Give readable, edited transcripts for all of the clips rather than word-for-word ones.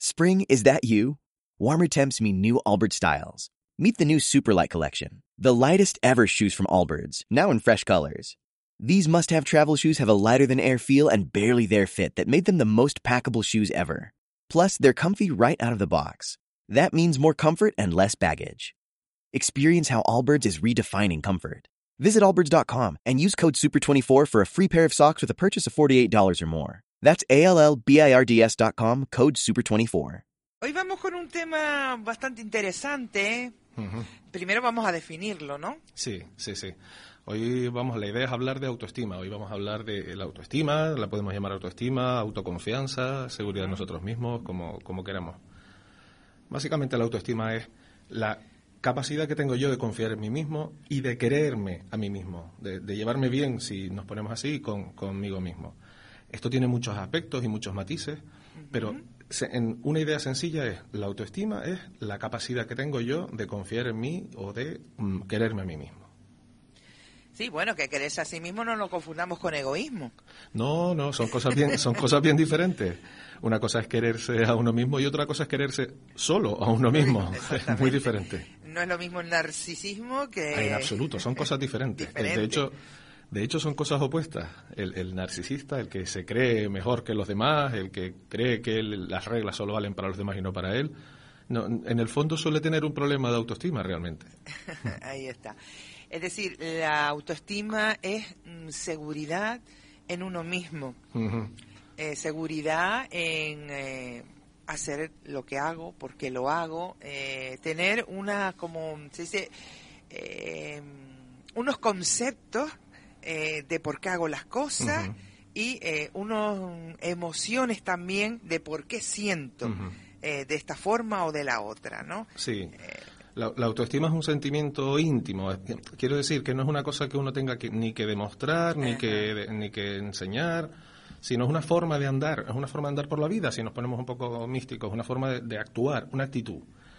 Spring, is that you? Warmer temps mean new Allbirds styles. Meet the new Superlight collection, the lightest ever shoes from Allbirds, now in fresh colors. These must-have travel shoes have a lighter-than-air feel and barely-there fit that made them the most packable shoes ever. Plus, they're comfy right out of the box. That means more comfort and less baggage. Experience how Allbirds is redefining comfort. Visit allbirds.com and use code SUPER24 for a free pair of socks with a purchase of $48 or more. That's ALLBIRDS.com, code SUPER24. Hoy vamos con un tema bastante interesante. Primero vamos a definirlo, ¿no? Sí. Hoy la idea es hablar de autoestima. Hoy vamos a hablar de la autoestima, la podemos llamar autoestima, autoconfianza, seguridad de nosotros mismos, como queramos. Básicamente la autoestima es la capacidad que tengo yo de confiar en mí mismo y de quererme a mí mismo, de llevarme bien, si nos ponemos así, conmigo mismo. Esto tiene muchos aspectos y muchos matices, pero en una idea sencilla es, la autoestima es la capacidad que tengo yo de confiar en mí o de quererme a mí mismo. Sí, bueno, que quererse a sí mismo no lo confundamos con egoísmo. No, son cosas bien diferentes. Una cosa es quererse a uno mismo y otra cosa es quererse solo a uno mismo. Es muy diferente. No es lo mismo el narcisismo que... En absoluto, son cosas diferentes. De hecho, son cosas opuestas. El narcisista, el que se cree mejor que los demás, el que cree que las reglas solo valen para los demás y no para él, no, en el fondo suele tener un problema de autoestima realmente. Ahí está. Es decir, la autoestima es seguridad en uno mismo, seguridad en hacer lo que hago, por qué lo hago, tener como se dice, unos conceptos de por qué hago las cosas y unas emociones también de por qué siento de esta forma o de la otra, ¿no? Sí. La autoestima es un sentimiento íntimo. Quiero decir que no es una cosa que uno tenga ni que demostrar, ni que enseñar, sino es una forma de andar, por la vida, si nos ponemos un poco místicos, una forma de actuar, una actitud.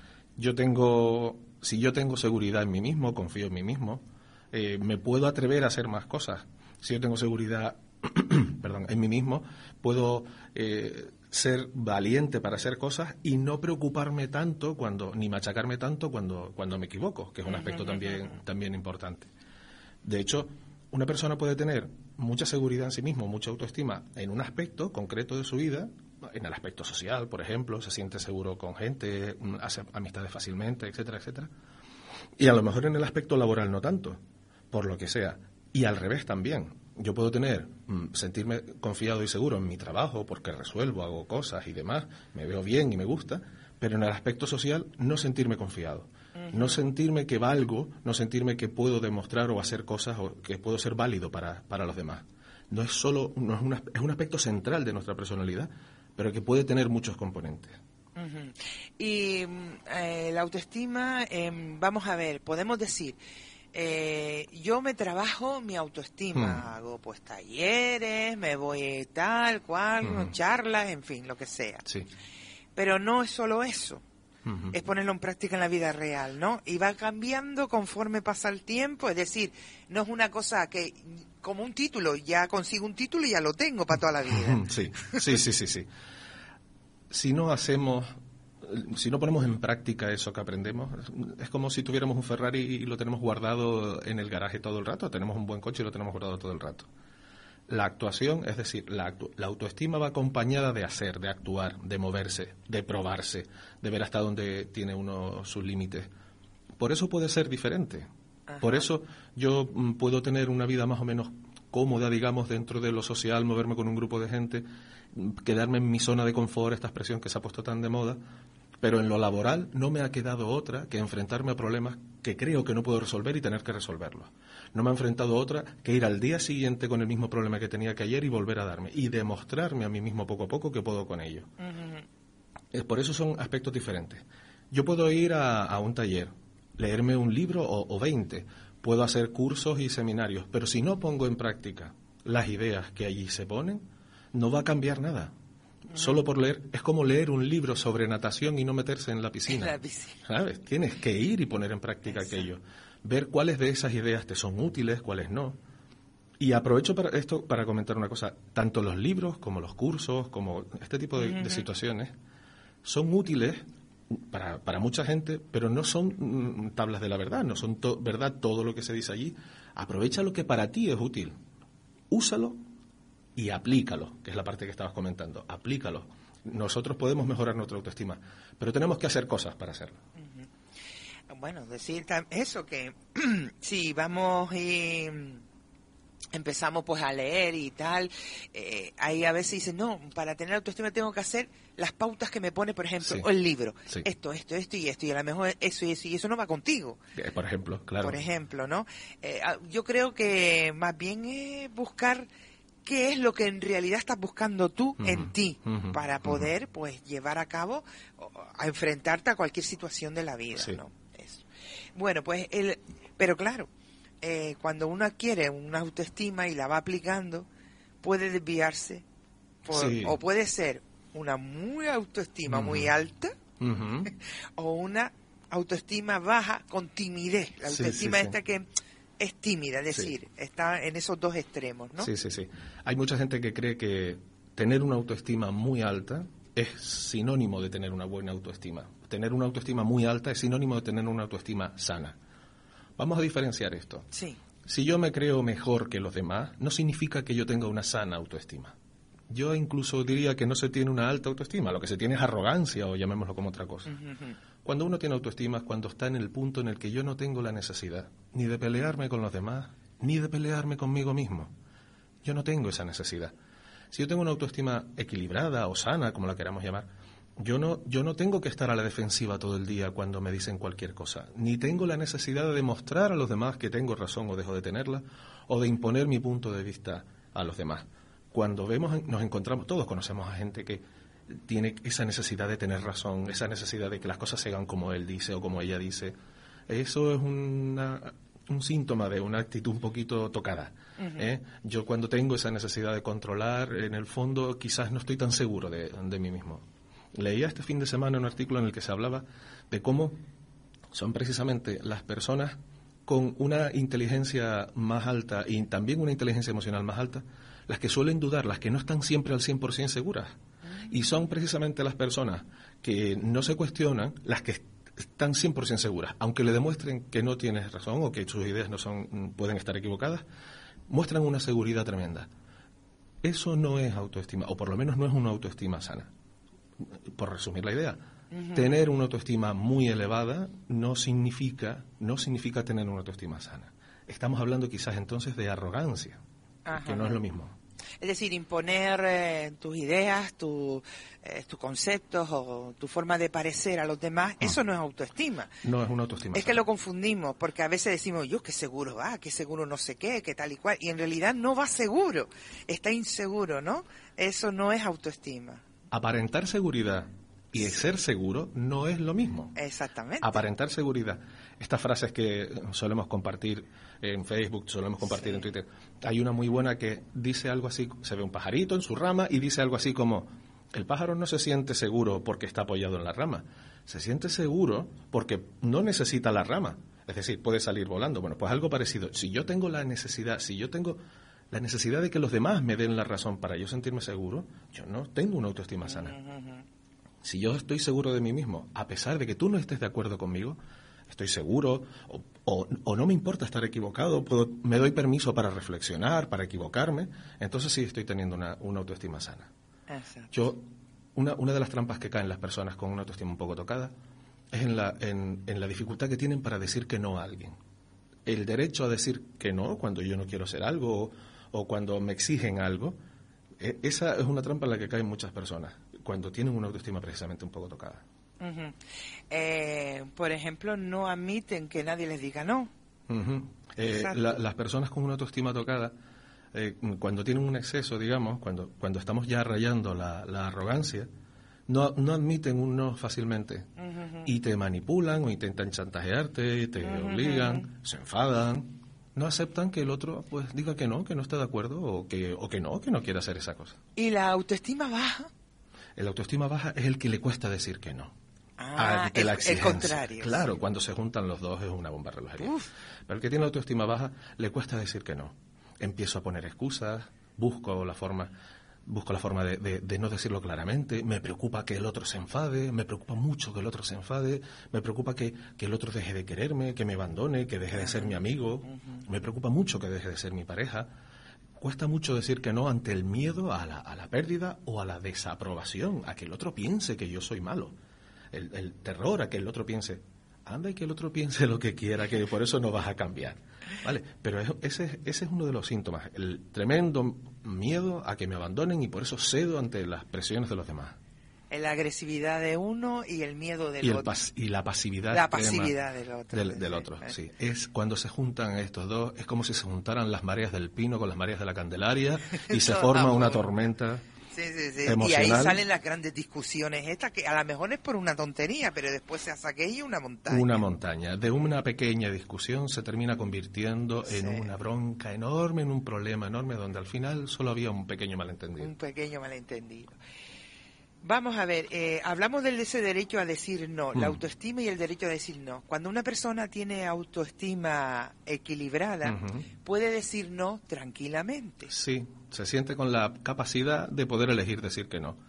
Si yo tengo seguridad en mí mismo, confío en mí mismo, me puedo atrever a hacer más cosas. Si yo tengo seguridad en mí mismo, puedo ser valiente para hacer cosas y no preocuparme tanto ni machacarme tanto cuando me equivoco, que es un aspecto también importante. De hecho, una persona puede tener mucha seguridad en sí mismo, mucha autoestima en un aspecto concreto de su vida, en el aspecto social, por ejemplo, se siente seguro con gente, hace amistades fácilmente, etcétera, etcétera. Y a lo mejor en el aspecto laboral no tanto, por lo que sea. Y al revés también. Yo puedo sentirme confiado y seguro en mi trabajo porque resuelvo, hago cosas y demás, me veo bien y me gusta, pero en el aspecto social no sentirme confiado, no sentirme que valgo, no sentirme que puedo demostrar o hacer cosas o que puedo ser válido para los demás. Es un aspecto central de nuestra personalidad, pero que puede tener muchos componentes. Y la autoestima, vamos a ver, podemos decir... yo me trabajo mi autoestima, hago pues talleres, me voy tal cual, charlas, en fin, lo que sea. Sí. Pero no es solo eso, es ponerlo en práctica en la vida real, ¿no? Y va cambiando conforme pasa el tiempo, es decir, no es una cosa que, como un título, ya consigo un título y ya lo tengo para toda la vida. Sí. Si no ponemos en práctica eso que aprendemos, es como si tuviéramos un Ferrari y lo tenemos guardado en el garaje todo el rato, tenemos un buen coche y lo tenemos guardado todo el rato. La actuación, es decir, la autoestima va acompañada de hacer, de actuar, de moverse, de probarse, de ver hasta dónde tiene uno sus límites. Por eso puede ser diferente. Ajá. Por eso yo puedo tener una vida más o menos cómoda, digamos, dentro de lo social, moverme con un grupo de gente, quedarme en mi zona de confort, esta expresión que se ha puesto tan de moda, pero en lo laboral no me ha quedado otra que enfrentarme a problemas que creo que no puedo resolver y tener que resolverlos. No me ha enfrentado otra que ir al día siguiente con el mismo problema que tenía que ayer y volver a darme y demostrarme a mí mismo poco a poco que puedo con ello. Por eso son aspectos diferentes. Yo puedo ir a un taller, leerme un libro o 20, puedo hacer cursos y seminarios, pero si no pongo en práctica las ideas que allí se ponen, no va a cambiar nada. Solo por leer, es como leer un libro sobre natación y no meterse en la piscina. ¿Sabes? Tienes que ir y poner en práctica aquello. Ver cuáles de esas ideas te son útiles, cuáles no. Y aprovecho para comentar una cosa. Tanto los libros como los cursos, como este tipo de situaciones, son útiles para mucha gente, pero no son tablas de la verdad, no son verdad todo lo que se dice allí. Aprovecha lo que para ti es útil, úsalo y aplícalo, que es la parte que estabas comentando, aplícalo. Nosotros podemos mejorar nuestra autoestima, pero tenemos que hacer cosas para hacerlo. Bueno, decir eso, que si vamos y empezamos pues a leer y tal, ahí a veces dicen, no, para tener autoestima tengo que hacer las pautas que me pone, por ejemplo, el libro. Sí. Esto y esto, y a lo mejor eso y eso no va contigo. Por ejemplo, claro. Por ejemplo, ¿no? Yo creo que más bien es buscar qué es lo que en realidad estás buscando tú en ti para poder pues llevar a cabo, a enfrentarte a cualquier situación de la vida, ¿no? Eso. Bueno, pues pero claro, cuando uno adquiere una autoestima y la va aplicando, puede desviarse o puede ser una muy autoestima muy alta o una autoestima baja con timidez. La autoestima esta que es tímida, es decir, está en esos dos extremos, ¿no? Sí. Hay mucha gente que cree que tener una autoestima muy alta es sinónimo de tener una buena autoestima. Tener una autoestima muy alta es sinónimo de tener una autoestima sana. Vamos a diferenciar esto. Sí. Si yo me creo mejor que los demás, no significa que yo tenga una sana autoestima. Yo incluso diría que no se tiene una alta autoestima, lo que se tiene es arrogancia o llamémoslo como otra cosa. Cuando uno tiene autoestima es cuando está en el punto en el que yo no tengo la necesidad ni de pelearme con los demás, ni de pelearme conmigo mismo. Yo no tengo esa necesidad. Si yo tengo una autoestima equilibrada o sana, como la queramos llamar, yo no tengo que estar a la defensiva todo el día cuando me dicen cualquier cosa, ni tengo la necesidad de demostrar a los demás que tengo razón o dejo de tenerla, o de imponer mi punto de vista a los demás. Cuando nos encontramos, todos conocemos a gente que tiene esa necesidad de tener razón, esa necesidad de que las cosas se hagan como él dice o como ella dice. Eso es un síntoma de una actitud un poquito tocada. Yo cuando tengo esa necesidad de controlar, en el fondo quizás no estoy tan seguro de mí mismo. Leía este fin de semana un artículo en el que se hablaba de cómo son precisamente las personas con una inteligencia más alta y también una inteligencia emocional más alta las que suelen dudar, las que no están siempre al 100% seguras. Y son precisamente las personas que no se cuestionan, las que están 100% seguras, aunque le demuestren que no tienes razón o que sus ideas pueden estar equivocadas, muestran una seguridad tremenda. Eso no es autoestima, o por lo menos no es una autoestima sana. Por resumir la idea, tener una autoestima muy elevada no significa tener una autoestima sana. Estamos hablando quizás entonces de arrogancia, que no es lo mismo. Es decir, imponer tus ideas, tus conceptos o tu forma de parecer a los demás, eso no es autoestima. No es una autoestima. Es que lo confundimos, porque a veces decimos, yo qué seguro va, qué seguro no sé qué tal y cual, y en realidad no va seguro, está inseguro, ¿no? Eso no es autoestima. Aparentar seguridad y ser seguro no es lo mismo. Exactamente. Aparentar seguridad. Estas frases que solemos compartir en Facebook, solemos compartir en Twitter. Hay una muy buena que dice algo así, se ve un pajarito en su rama y dice algo así como, el pájaro no se siente seguro porque está apoyado en la rama, se siente seguro porque no necesita la rama. Es decir, puede salir volando. Bueno, pues algo parecido. Si yo tengo la necesidad de que los demás me den la razón para yo sentirme seguro, yo no tengo una autoestima sana. Si yo estoy seguro de mí mismo, a pesar de que tú no estés de acuerdo conmigo, estoy seguro o no me importa estar equivocado, me doy permiso para reflexionar, para equivocarme, entonces sí estoy teniendo una autoestima sana. Exacto. Una de las trampas que caen las personas con una autoestima un poco tocada es en la dificultad que tienen para decir que no a alguien. El derecho a decir que no cuando yo no quiero hacer algo o cuando me exigen algo, esa es una trampa en la que caen muchas personas cuando tienen una autoestima precisamente un poco tocada. Por ejemplo, no admiten que nadie les diga no. Las personas con una autoestima tocada, cuando tienen un exceso, digamos, cuando estamos ya rayando la arrogancia, no admiten un no fácilmente y te manipulan o intentan chantajearte, te obligan, se enfadan, no aceptan que el otro pues diga que no está de acuerdo o que no quiere hacer esa cosa. ¿Y la autoestima baja? El autoestima baja es el que le cuesta decir que no. El contrario. Claro, sí. Cuando se juntan los dos es una bomba de relojería. Pero el que tiene autoestima baja le cuesta decir que no. Empiezo a poner excusas, busco la forma. busco la forma de no decirlo claramente, me preocupa que el otro se enfade, me preocupa mucho que el otro se enfade, me preocupa que el otro deje de quererme, que me abandone, que deje de ser mi amigo, me preocupa mucho que deje de ser mi pareja. Cuesta mucho decir que no ante el miedo a la pérdida o a la desaprobación, a que el otro piense que yo soy malo, el terror a que el otro piense, anda y que el otro piense lo que quiera, que por eso no vas a cambiar. ¿Vale? Pero ese es uno de los síntomas, el tremendo miedo a que me abandonen y por eso cedo ante las presiones de los demás. La agresividad de uno y el miedo del otro. Y la pasividad, del otro. Sí. Es cuando se juntan estos dos, es como si se juntaran las mareas del pino con las mareas de la Candelaria y se forma una tormenta. Sí. Emocional. Y ahí salen las grandes discusiones estas, que a lo mejor es por una tontería, pero después se hace aquello una montaña. Una montaña. De una pequeña discusión se termina convirtiendo en una bronca enorme, en un problema enorme, donde al final solo había un pequeño malentendido. Un pequeño malentendido. Vamos a ver, hablamos de ese derecho a decir no, la autoestima y el derecho a decir no. Cuando una persona tiene autoestima equilibrada, puede decir no tranquilamente. Sí, se siente con la capacidad de poder elegir decir que no.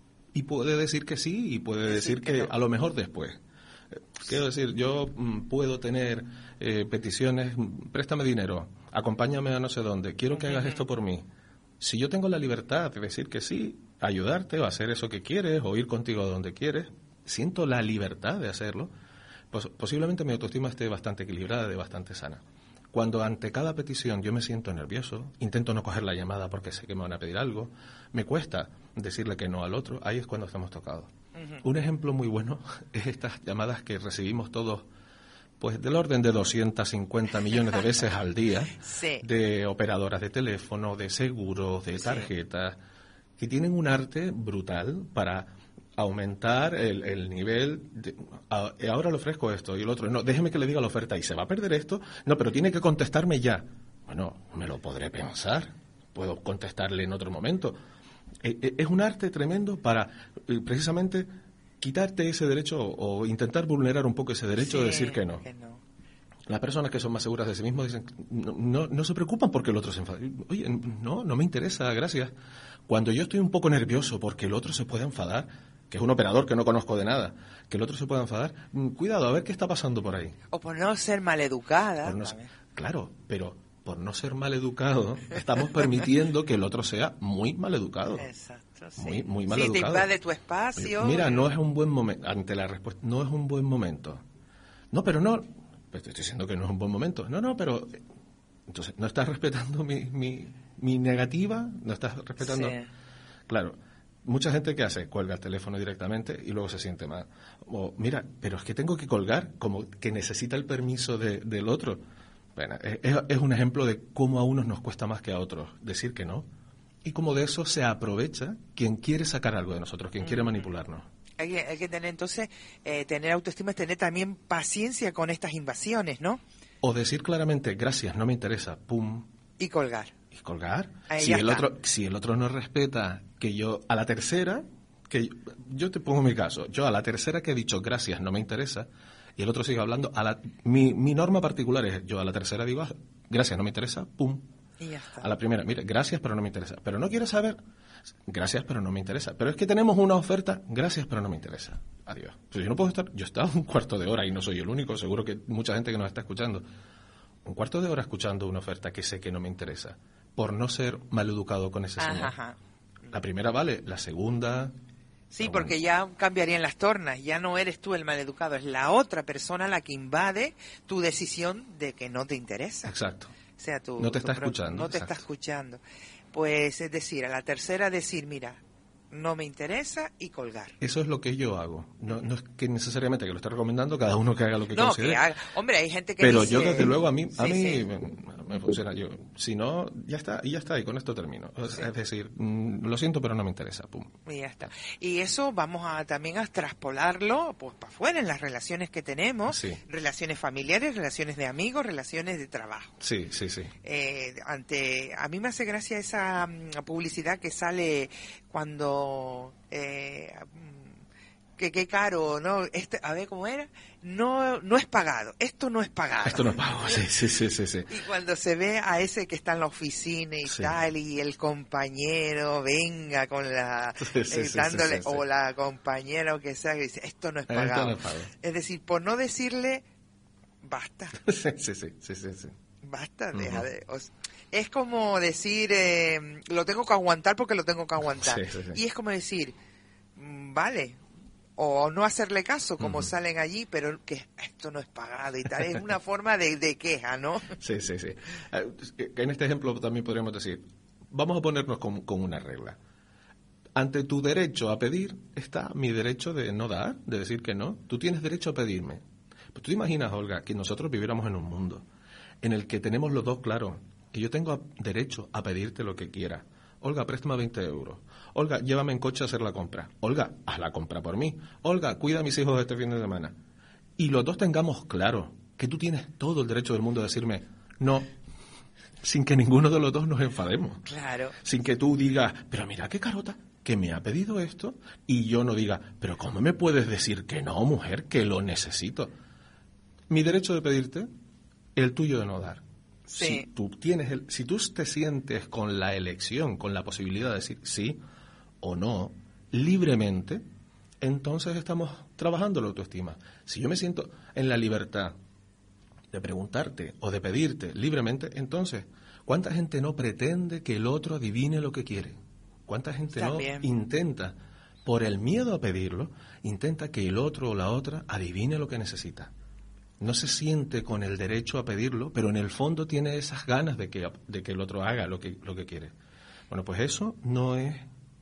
Y puede decir que sí y puede decir que no. A lo mejor después. Quiero decir, yo puedo tener peticiones, préstame dinero, acompáñame a no sé dónde, quiero que hagas esto por mí. Si yo tengo la libertad de decir que sí, ayudarte o hacer eso que quieres o ir contigo a donde quieres, siento la libertad de hacerlo, pues posiblemente mi autoestima esté bastante equilibrada y bastante sana. Cuando ante cada petición yo me siento nervioso, intento no coger la llamada porque sé que me van a pedir algo, me cuesta decirle que no al otro, ahí es cuando estamos tocados. Un ejemplo muy bueno es estas llamadas que recibimos todos, pues del orden de 250 millones de veces al día, de operadoras de teléfono, de seguros, de tarjetas, que tienen un arte brutal para aumentar el nivel. Ahora le ofrezco esto y el otro, no, déjeme que le diga la oferta y se va a perder esto. No, pero tiene que contestarme ya. Bueno, me lo podré pensar, puedo contestarle en otro momento. Es un arte tremendo para precisamente quitarte ese derecho o intentar vulnerar un poco ese derecho de decir que no. Las personas que son más seguras de sí mismos dicen, no se preocupan porque el otro se enfada. Oye, no me interesa, gracias. Cuando yo estoy un poco nervioso porque el otro se puede enfadar, que es un operador que no conozco de nada, que el otro se pueda enfadar, cuidado, a ver qué está pasando por ahí. O por no ser maleducada. Claro, pero por no ser maleducado, estamos permitiendo que el otro sea muy maleducado. Exacto, muy maleducado. Si te invade tu espacio. Mira, no es un buen momento, ante la respuesta, no es un buen momento. No, pero no, pues te estoy diciendo que no es un buen momento. No, pero entonces no estás respetando mi negativa, no estás respetando. Claro, mucha gente que hace cuelga el teléfono directamente y luego se siente mal. O mira, pero es que tengo que colgar, como que necesita el permiso del otro. Bueno, es un ejemplo de cómo a unos nos cuesta más que a otros decir que no. Y cómo de eso se aprovecha quien quiere sacar algo de nosotros, quien quiere manipularnos. Hay que tener entonces, tener autoestima es tener también paciencia con estas invasiones, ¿no? O decir claramente, gracias, no me interesa, pum. Y colgar. Si el otro no respeta que yo, a la tercera, que yo te pongo mi caso, yo a la tercera que he dicho, gracias, no me interesa, y el otro sigue hablando, mi norma particular es, yo a la tercera digo, gracias, no me interesa, pum. Y ya está. A la primera, mire, gracias, pero no me interesa. Pero no quiero saber, gracias, pero no me interesa. Pero es que tenemos una oferta, gracias, pero no me interesa. Adiós. Pues yo no puedo estar, yo he estado un cuarto de hora y no soy el único, seguro que mucha gente que nos está escuchando. Un cuarto de hora escuchando una oferta que sé que no me interesa, por no ser maleducado con ese señor. La primera vale, la segunda... Sí, porque ya cambiarían las tornas, ya no eres tú el maleducado, es la otra persona la que invade tu decisión de que no te interesa. Exacto. O sea, no te está escuchando. No te está escuchando. Pues es decir, a la tercera decir, mira, no me interesa y colgar. Eso es lo que yo hago. No es que necesariamente que lo esté recomendando, cada uno que haga lo que considere. Que haga. Hombre, hay gente que pero dice... yo desde luego a mí me funciona. Yo, si no, ya está, y con esto termino. Es decir, lo siento, pero no me interesa, pum. Y ya está. Y eso vamos también a traspolarlo pues para afuera en las relaciones que tenemos, relaciones familiares, relaciones de amigos, relaciones de trabajo. Sí. A mí me hace gracia esa publicidad que sale cuando que qué caro, ¿no? A ver, ¿cómo era? No es pagado, esto no es pagado. Esto no es pago, sí. Y cuando se ve a ese que está en la oficina y tal, y el compañero venga con la... dándole, o la compañera o que sea, que dice, esto no es pagado. Esto no es pago. Es decir, por no decirle, basta. Sí. Basta, deja de... es como decir, lo tengo que aguantar porque lo tengo que aguantar. Sí. Y es como decir, vale, o no hacerle caso, como salen allí, pero que esto no es pagado y tal. Es una forma de queja, ¿no? Sí. En este ejemplo también podríamos decir, vamos a ponernos con una regla. Ante tu derecho a pedir está mi derecho de no dar, de decir que no. Tú tienes derecho a pedirme. Pues tú te imaginas, Olga, que nosotros viviéramos en un mundo en el que tenemos los dos claros, que yo tengo derecho a pedirte lo que quiera. Olga, préstame 20 euros. Olga, llévame en coche a hacer la compra. Olga, haz la compra por mí. Olga, cuida a mis hijos este fin de semana. Y los dos tengamos claro que tú tienes todo el derecho del mundo a decirme no, sin que ninguno de los dos nos enfademos. Claro. Sin que tú digas, pero mira qué carota, que me ha pedido esto, y yo no diga, pero ¿cómo me puedes decir que no, mujer, que lo necesito? Mi derecho de pedirte, el tuyo de no dar. Sí. Si tú te sientes con la elección, con la posibilidad de decir sí o no, libremente, entonces estamos trabajando la autoestima. Si yo me siento en la libertad de preguntarte o de pedirte libremente, entonces, ¿cuánta gente no pretende que el otro adivine lo que quiere? ¿Cuánta gente También. no intenta, por el miedo a pedirlo, intenta que el otro o la otra adivine lo que necesita? No se siente con el derecho a pedirlo, pero en el fondo tiene esas ganas de que el otro haga lo que quiere. Bueno, pues eso no es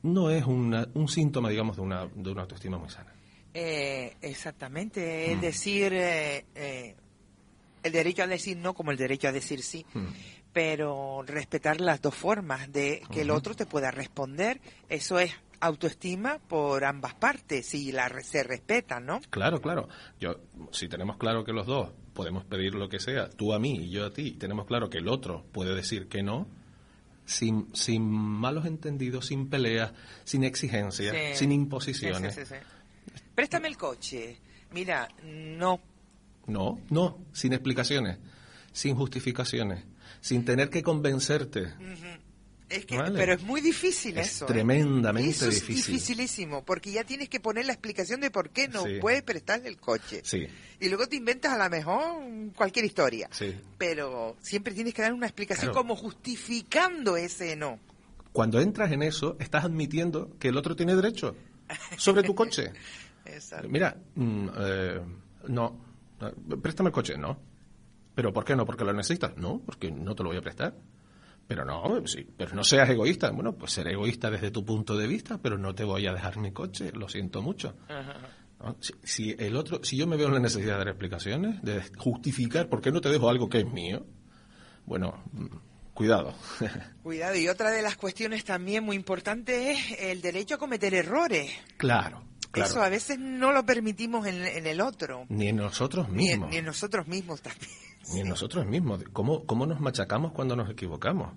un síntoma, digamos, de una autoestima muy sana. Exactamente, es decir, el derecho a decir no como el derecho a decir sí, pero respetar las dos formas de que el otro te pueda responder, eso es autoestima por ambas partes, si se respetan, ¿no? Claro. Si tenemos claro que los dos podemos pedir lo que sea, tú a mí y yo a ti, tenemos claro que el otro puede decir que no, sin malos entendidos, sin peleas, sin exigencias, sin imposiciones. Sí. Préstame el coche. Mira, no. No, sin explicaciones, sin justificaciones, sin tener que convencerte. Es que, ¿vale? Pero es muy difícil eso. Es tremendamente eso difícil. Es dificilísimo, porque ya tienes que poner la explicación de por qué no puedes prestarle el coche. Sí. Y luego te inventas a lo mejor cualquier historia. Sí. Pero siempre tienes que dar una explicación como justificando ese no. Cuando entras en eso, estás admitiendo que el otro tiene derecho sobre tu coche. Exacto. Mira, no, préstame el coche, no. ¿Pero por qué no? ¿Porque lo necesitas? No, porque no te lo voy a prestar. Pero no seas egoísta. Bueno, pues seré egoísta desde tu punto de vista, pero no te voy a dejar mi coche, lo siento mucho. ¿No? Si yo me veo en la necesidad de dar explicaciones, de justificar por qué no te dejo algo que es mío, bueno, cuidado. Cuidado, y otra de las cuestiones también muy importante es el derecho a cometer errores. Claro. Eso a veces no lo permitimos en el otro. Ni en nosotros mismos. Ni en nosotros mismos también. Ni en nosotros mismos. ¿Cómo nos machacamos cuando nos equivocamos?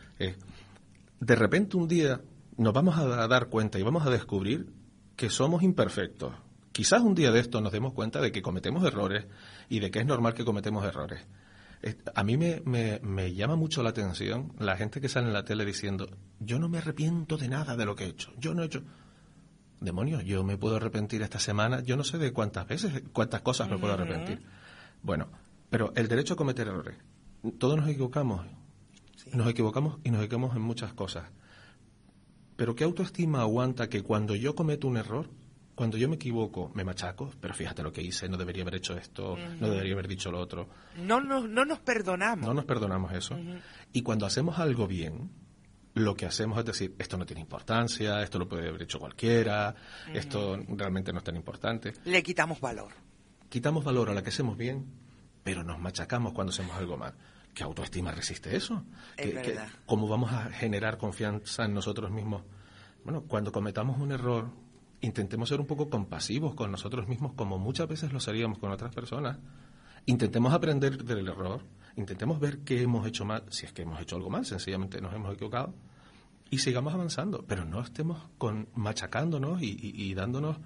De repente un día nos vamos a dar cuenta y vamos a descubrir que somos imperfectos. Quizás un día de esto nos demos cuenta de que cometemos errores y de que es normal que cometemos errores. A mí me llama mucho la atención la gente que sale en la tele diciendo, yo no me arrepiento de nada de lo que he hecho. Yo no he hecho... Demonios, yo me puedo arrepentir esta semana, yo no sé de cuántas cosas me puedo arrepentir. Bueno, pero el derecho a cometer errores. Todos nos equivocamos. Sí. Nos equivocamos en muchas cosas. Pero ¿qué autoestima aguanta que cuando yo cometo un error, cuando yo me equivoco, me machaco? Pero fíjate lo que hice, no debería haber hecho esto, no debería haber dicho lo otro. No nos perdonamos. No nos perdonamos eso. Y cuando hacemos algo bien, lo que hacemos es decir, esto no tiene importancia, esto lo puede haber hecho cualquiera, esto realmente no es tan importante. Le quitamos valor. Quitamos valor a la que hacemos bien, pero nos machacamos cuando hacemos algo mal. ¿Qué autoestima resiste eso? ¿Cómo vamos a generar confianza en nosotros mismos? Bueno, cuando cometamos un error, intentemos ser un poco compasivos con nosotros mismos, como muchas veces lo seríamos con otras personas. Intentemos aprender del error, intentemos ver qué hemos hecho mal, si es que hemos hecho algo mal, sencillamente nos hemos equivocado, y sigamos avanzando, pero no estemos machacándonos y dándonos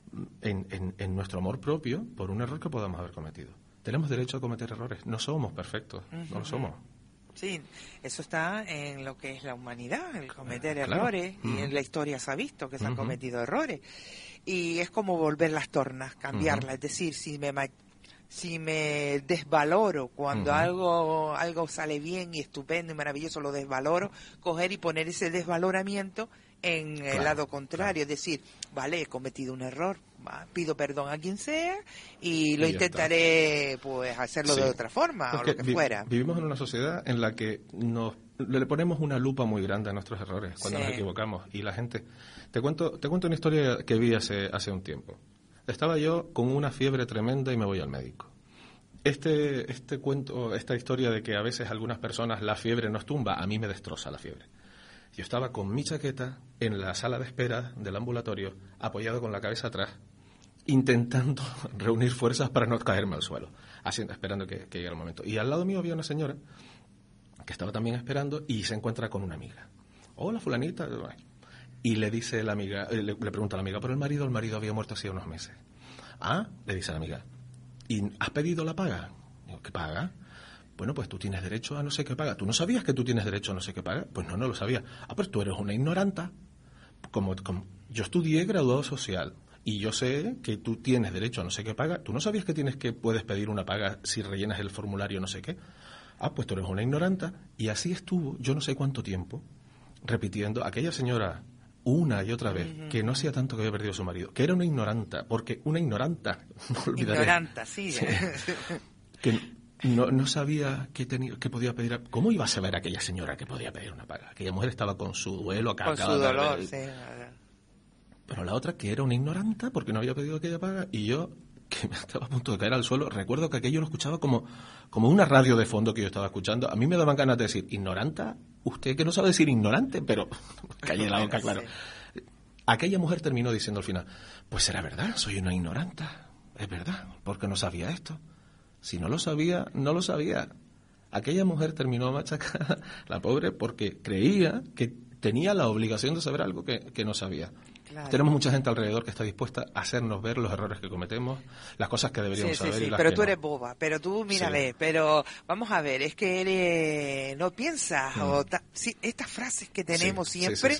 en nuestro amor propio por un error que podamos haber cometido. Tenemos derecho a cometer errores. No somos perfectos, no lo somos. Sí, eso está en lo que es la humanidad, el cometer Claro. errores, y en la historia se ha visto que se han cometido errores. Y es como volver las tornas, cambiarlas, es decir, si me desvaloro cuando algo sale bien y estupendo y maravilloso, lo desvaloro, coger y poner ese desvaloramiento en el lado contrario, es decir, vale, he cometido un error, pido perdón a quien sea y lo intentaré pues hacerlo de otra forma, Porque o lo que fuera. Vivimos en una sociedad en la que le ponemos una lupa muy grande a nuestros errores cuando nos equivocamos, y la gente... Te cuento una historia que vi hace un tiempo. Estaba yo con una fiebre tremenda y me voy al médico. Esta historia de que a veces algunas personas la fiebre nos tumba, a mí me destroza la fiebre. Yo estaba con mi chaqueta en la sala de espera del ambulatorio, apoyado con la cabeza atrás, intentando reunir fuerzas para no caerme al suelo, esperando que llegara el momento. Y al lado mío había una señora que estaba también esperando y se encuentra con una amiga. Hola, fulanita. Y le dice la amiga, le pregunta a la amiga, pero el marido había muerto hacía unos meses. Ah, le dice la amiga, ¿y has pedido la paga? Digo, ¿qué paga? Bueno, pues tú tienes derecho a no sé qué paga. ¿Tú no sabías que tú tienes derecho a no sé qué paga? Pues no lo sabía. Ah, pues tú eres una ignoranta. Como yo estudié graduado social y yo sé que tú tienes derecho a no sé qué paga. ¿Tú no sabías que puedes pedir una paga si rellenas el formulario no sé qué? Ah, pues tú eres una ignoranta. Y así estuvo yo no sé cuánto tiempo repitiendo aquella señora una y otra vez que no hacía tanto que había perdido a su marido, que era una ignoranta, porque una ignoranta, no olvidaré. Ignoranta, sí. Que no sabía que podía pedir. ¿Cómo iba a saber aquella señora que podía pedir una paga? Aquella mujer estaba con su duelo, con su dolor, sí. Pero la otra, que era una ignoranta porque no había pedido aquella paga, y yo, que me estaba a punto de caer al suelo, recuerdo que aquello lo escuchaba como una radio de fondo que yo estaba escuchando. A mí me daban ganas de decir, ¿ignoranta? Usted que no sabe decir ignorante, pero calle la boca, claro. Sí. Aquella mujer terminó diciendo al final, pues será verdad, soy una ignoranta, es verdad, porque no sabía esto. Si no lo sabía, no lo sabía. Aquella mujer terminó machacada, la pobre, porque creía que tenía la obligación de saber algo que no sabía. Claro. Tenemos mucha gente alrededor que está dispuesta a hacernos ver los errores que cometemos, las cosas que deberíamos saber. Y las pero que tú eres no. boba, pero tú, mírame, pero vamos a ver, es que no piensas, estas frases que tenemos siempre,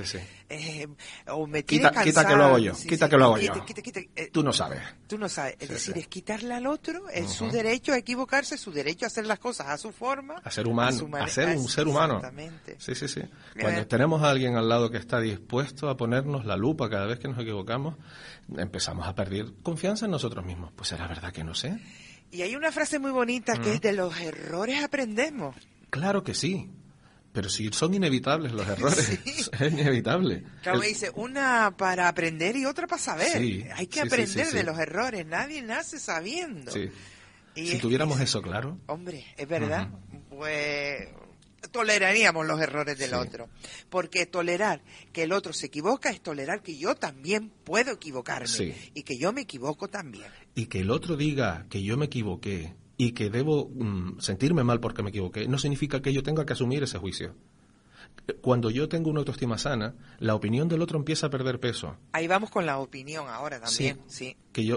o me tiene cansado. Quita que lo hago yo, quita que lo hago yo. Tú no sabes. Tú no sabes, es decir, es quitarle al otro su derecho a equivocarse, su derecho a hacer las cosas a su forma. A ser humano, a ser un ser humano. Exactamente. Sí. Cuando tenemos a alguien al lado que está dispuesto a ponernos la lupa cada vez que nos equivocamos, empezamos a perder confianza en nosotros mismos. Pues era verdad que no sé. Y hay una frase muy bonita que es: de los errores aprendemos. Claro que sí, pero si son inevitables los errores, es inevitable. Claro, me dice, una para aprender y otra para saber. Sí, hay que aprender de los errores, nadie nace sabiendo. Sí. Si tuviéramos eso claro. Hombre, es verdad, pues toleraríamos los errores del otro, porque tolerar que el otro se equivoca es tolerar que yo también puedo equivocarme y que yo me equivoco también. Y que el otro diga que yo me equivoqué y que debo sentirme mal porque me equivoqué, no significa que yo tenga que asumir ese juicio. Cuando yo tengo una autoestima sana, la opinión del otro empieza a perder peso. Ahí vamos con la opinión ahora también. Sí.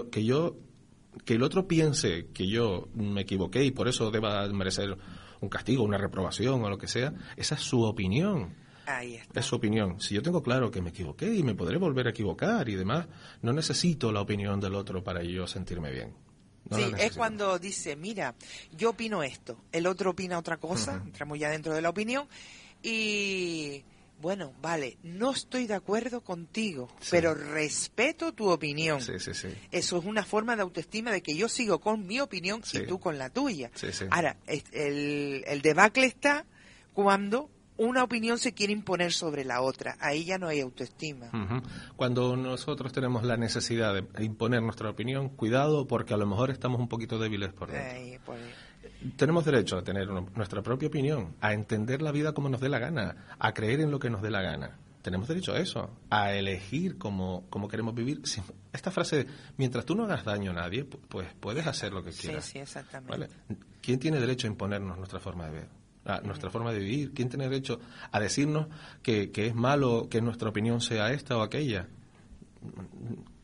Que el otro piense que yo me equivoqué y por eso deba merecer un castigo, una reprobación o lo que sea, esa es su opinión. Ahí está. Es su opinión. Si yo tengo claro que me equivoqué y me podré volver a equivocar y demás, no necesito la opinión del otro para yo sentirme bien. Es cuando dice, mira, yo opino esto, el otro opina otra cosa, entramos ya dentro de la opinión y... Bueno, vale, no estoy de acuerdo contigo, pero respeto tu opinión. Sí. Eso es una forma de autoestima de que yo sigo con mi opinión y tú con la tuya. Sí. Ahora, el debacle está cuando una opinión se quiere imponer sobre la otra. Ahí ya no hay autoestima. Cuando nosotros tenemos la necesidad de imponer nuestra opinión, cuidado, porque a lo mejor estamos un poquito débiles por dentro. Tenemos derecho a tener nuestra propia opinión, a entender la vida como nos dé la gana, a creer en lo que nos dé la gana. Tenemos derecho a eso, a elegir cómo queremos vivir. Esta frase, mientras tú no hagas daño a nadie, pues puedes hacer lo que quieras. Sí, exactamente. ¿Vale? ¿Quién tiene derecho a imponernos nuestra forma de ver? Nuestra forma de vivir? ¿Quién tiene derecho a decirnos que es malo que nuestra opinión sea esta o aquella?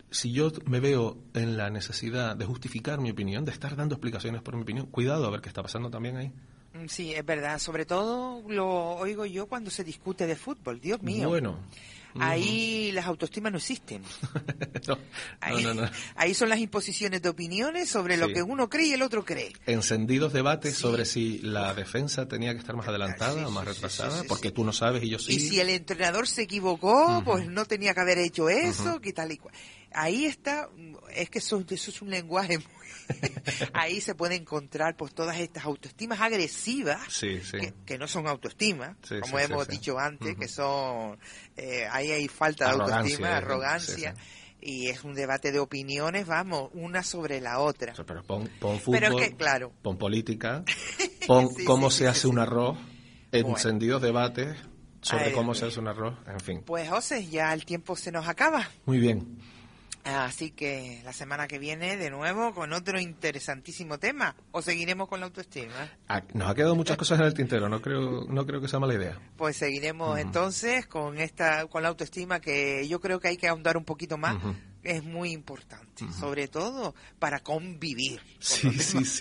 si yo me veo en la necesidad de justificar mi opinión, de estar dando explicaciones por mi opinión, cuidado a ver qué está pasando también ahí. Sí, es verdad. Sobre todo lo oigo yo cuando se discute de fútbol. Dios mío. Bueno. Ahí las autoestimas no existen. No. Ahí son las imposiciones de opiniones sobre lo que uno cree y el otro cree. Encendidos debates sobre si la defensa tenía que estar más adelantada o más retrasada, porque tú no sabes y yo sí. Y si el entrenador se equivocó, pues no tenía que haber hecho eso, que tal y cual. Ahí está, es que eso es un lenguaje muy... Ahí se puede encontrar pues todas estas autoestimas agresivas, que no son autoestimas, como hemos dicho antes, que son... ahí hay falta de autoestima, arrogancia... Y es un debate de opiniones, vamos, una sobre la otra. Pero pon fútbol, pero es que, claro, pon política, pon cómo se hace un arroz, encendidos debates sobre cómo se hace un arroz, en fin. Pues, José, ya el tiempo se nos acaba. Muy bien. Así que la semana que viene, de nuevo, con otro interesantísimo tema. ¿O seguiremos con la autoestima? Nos ha quedado muchas cosas en el tintero, no creo que sea mala idea. Pues seguiremos entonces con la autoestima, que yo creo que hay que ahondar un poquito más. Es muy importante, sobre todo para convivir. Sí.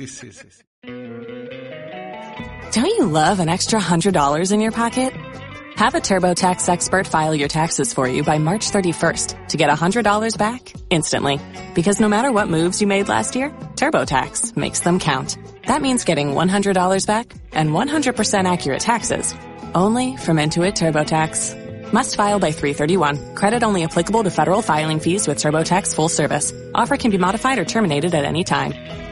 Don't you love an extra $100 in your pocket? Have a TurboTax expert file your taxes for you by March 31st to get $100 back instantly. Because no matter what moves you made last year, TurboTax makes them count. That means getting $100 back and 100% accurate taxes, only from Intuit TurboTax. Must file by 3/31. Credit only applicable to federal filing fees with TurboTax full service. Offer can be modified or terminated at any time.